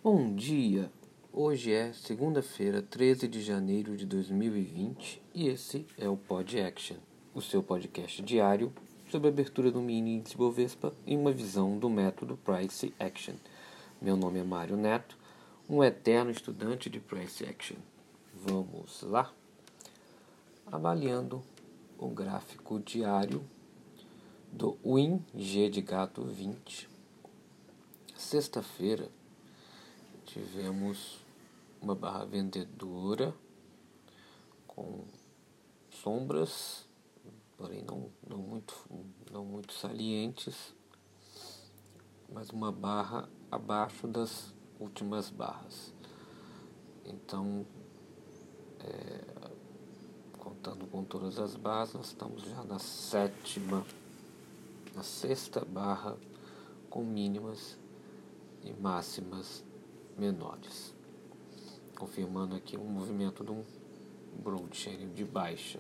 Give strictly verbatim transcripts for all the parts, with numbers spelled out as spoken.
Bom dia! Hoje é segunda-feira, treze de janeiro de dois mil e vinte e esse é o Pod Action, o seu podcast diário sobre a abertura do mini índice Bovespa em uma visão do método Price Action. Meu nome é Mário Neto, um eterno estudante de Price Action. Vamos lá? Avaliando o gráfico diário do W I N G de gato vinte. Sexta-feira tivemos uma barra vendedora com sombras, porém não, não, muito, não muito salientes, mas uma barra abaixo das últimas barras. Então, é, contando com todas as barras, nós estamos já na sétima, na sexta barra com mínimas e máximas menores, confirmando aqui um movimento de um broad-channel de baixa.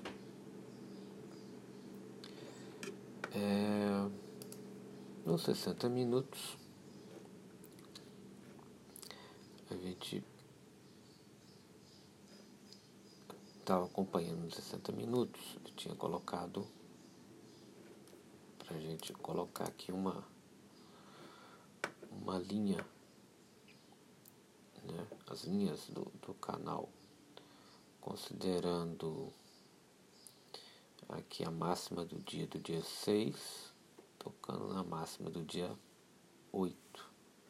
É, nos sessenta minutos, a gente estava acompanhando nos sessenta minutos, eu tinha colocado para a gente colocar aqui uma, uma linha, né, as linhas do, do canal, considerando aqui a máxima do dia do dia seis, tocando na máxima do dia oito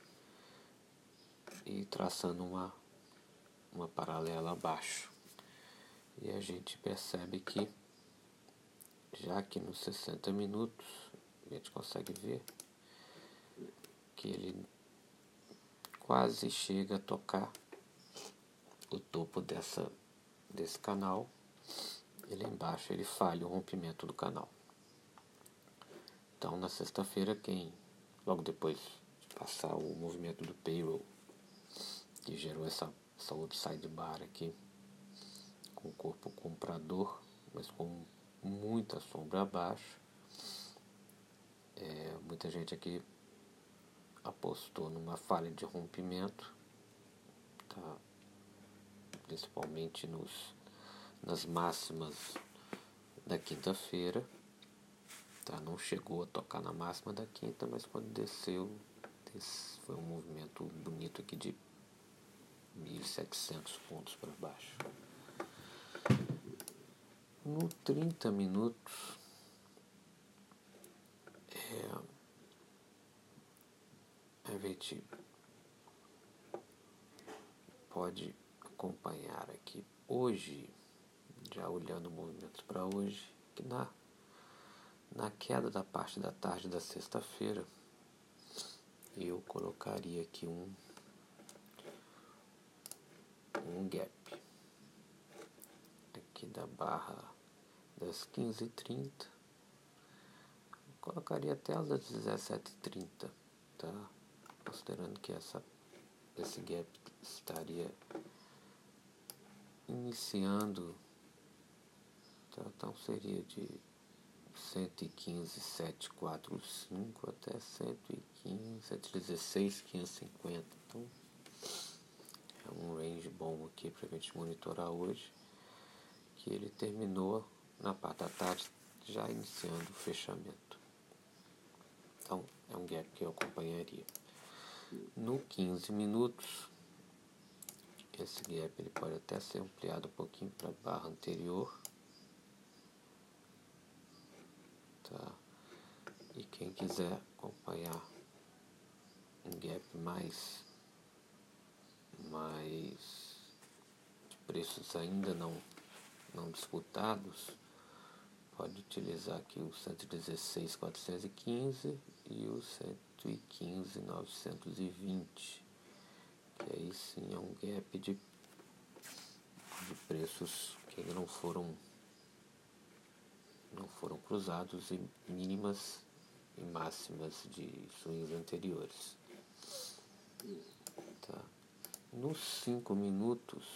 e traçando uma, uma paralela abaixo. E a gente percebe que, já que nos sessenta minutos, a gente consegue ver que ele quase chega a tocar o topo dessa, desse canal, e lá embaixo ele falha o rompimento do canal. Então, na sexta-feira, quem logo depois de passar o movimento do payroll, que gerou essa, essa outra sidebar aqui, com o corpo comprador, mas com muita sombra abaixo, é, muita gente aqui apostou numa falha de rompimento, tá? Principalmente nos, nas máximas da quinta-feira, tá? Não chegou a tocar na máxima da quinta, mas quando desceu, desse, foi um movimento bonito aqui de mil e setecentos pontos para baixo. No trinta minutos, é, a gente pode acompanhar aqui hoje, já olhando movimentos para hoje, que na, na queda da parte da tarde da sexta-feira, eu colocaria aqui um, um gap aqui da barra das quinze e trinta, colocaria até as das dezessete e trinta, tá? Considerando que essa, esse gap estaria iniciando, tá? Então seria de cento e quinze, setecentos e quarenta e cinco até cento e quinze, setecentos e dezesseis, quinhentos e cinquenta. Então é um range bom aqui para a gente monitorar hoje, que ele terminou na parte da tarde, já iniciando o fechamento. Então é um gap que eu acompanharia. No quinze minutos, esse gap ele pode até ser ampliado um pouquinho para a barra anterior, tá? E quem quiser acompanhar um gap mais, mais de preços ainda não, não disputados, pode utilizar aqui o cento e dezesseis, quatrocentos e quinze e o cento e quinze, novecentos e vinte, que aí sim é um gap de, de preços que ainda não foram não foram cruzados e mínimas e máximas de swings anteriores, tá? Nos cinco minutos,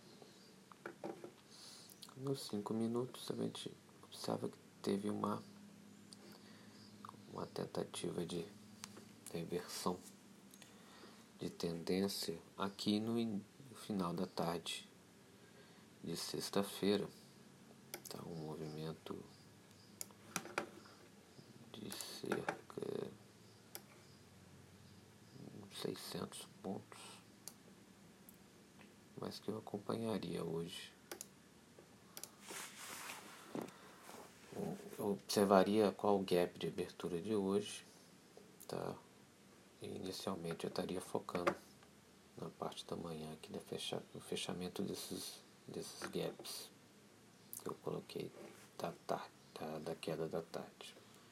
nos cinco minutos a gente observa que teve uma uma tentativa de reversão de tendência aqui no, no final da tarde de sexta-feira. Tá um movimento de cerca de seiscentos pontos, mas que eu acompanharia hoje. Eu observaria qual o gap de abertura de hoje, tá? E inicialmente eu estaria focando na parte da manhã aqui no fecha, fechamento desses, desses gaps que eu coloquei da, tarde, da, da queda da tarde.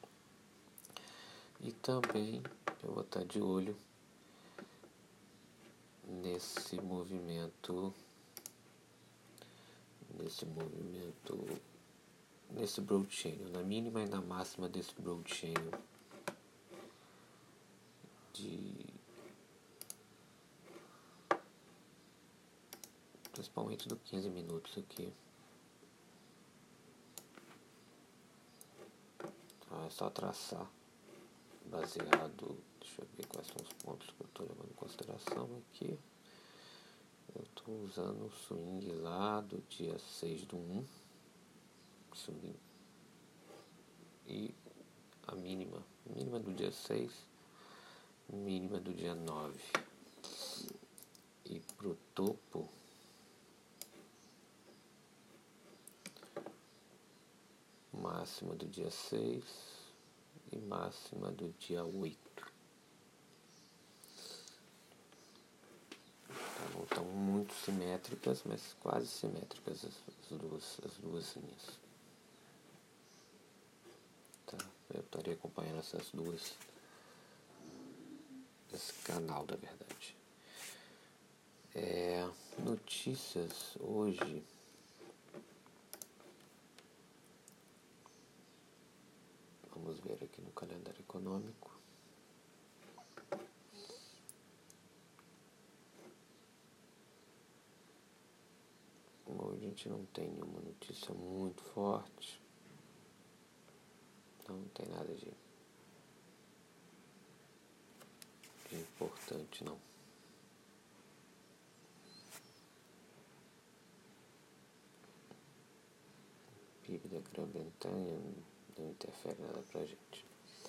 E também eu vou estar de olho nesse movimento, nesse movimento, nesse broad channel, na mínima e na máxima desse broad channel de principalmente do quinze minutos aqui. Tá, é só traçar baseado, deixa eu ver quais são os pontos que eu estou levando em consideração aqui. Eu estou usando o swing lá do dia seis do um, swing, e a mínima, mínima do dia seis, mínima do dia nove. E pro topo, máxima do dia seis e máxima do dia oito. Não estão muito simétricas, mas quase simétricas as, as, duas, as duas linhas. Tá? Eu estaria acompanhando essas duas, esse canal, da verdade. É, notícias hoje. Vamos ver aqui no calendário econômico. Hoje a gente não tem nenhuma notícia muito forte. Não, não tem nada de, de importante, não. P I B da Grã-Bretanha não interfere nada pra gente.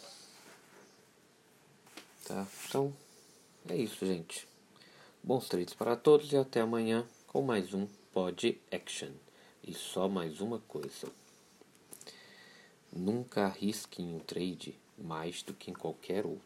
Tá? Então, é isso, gente. Bons trades para todos e até amanhã com mais um Pod Action. E só mais uma coisa. Nunca arrisque em um trade mais do que em qualquer outro.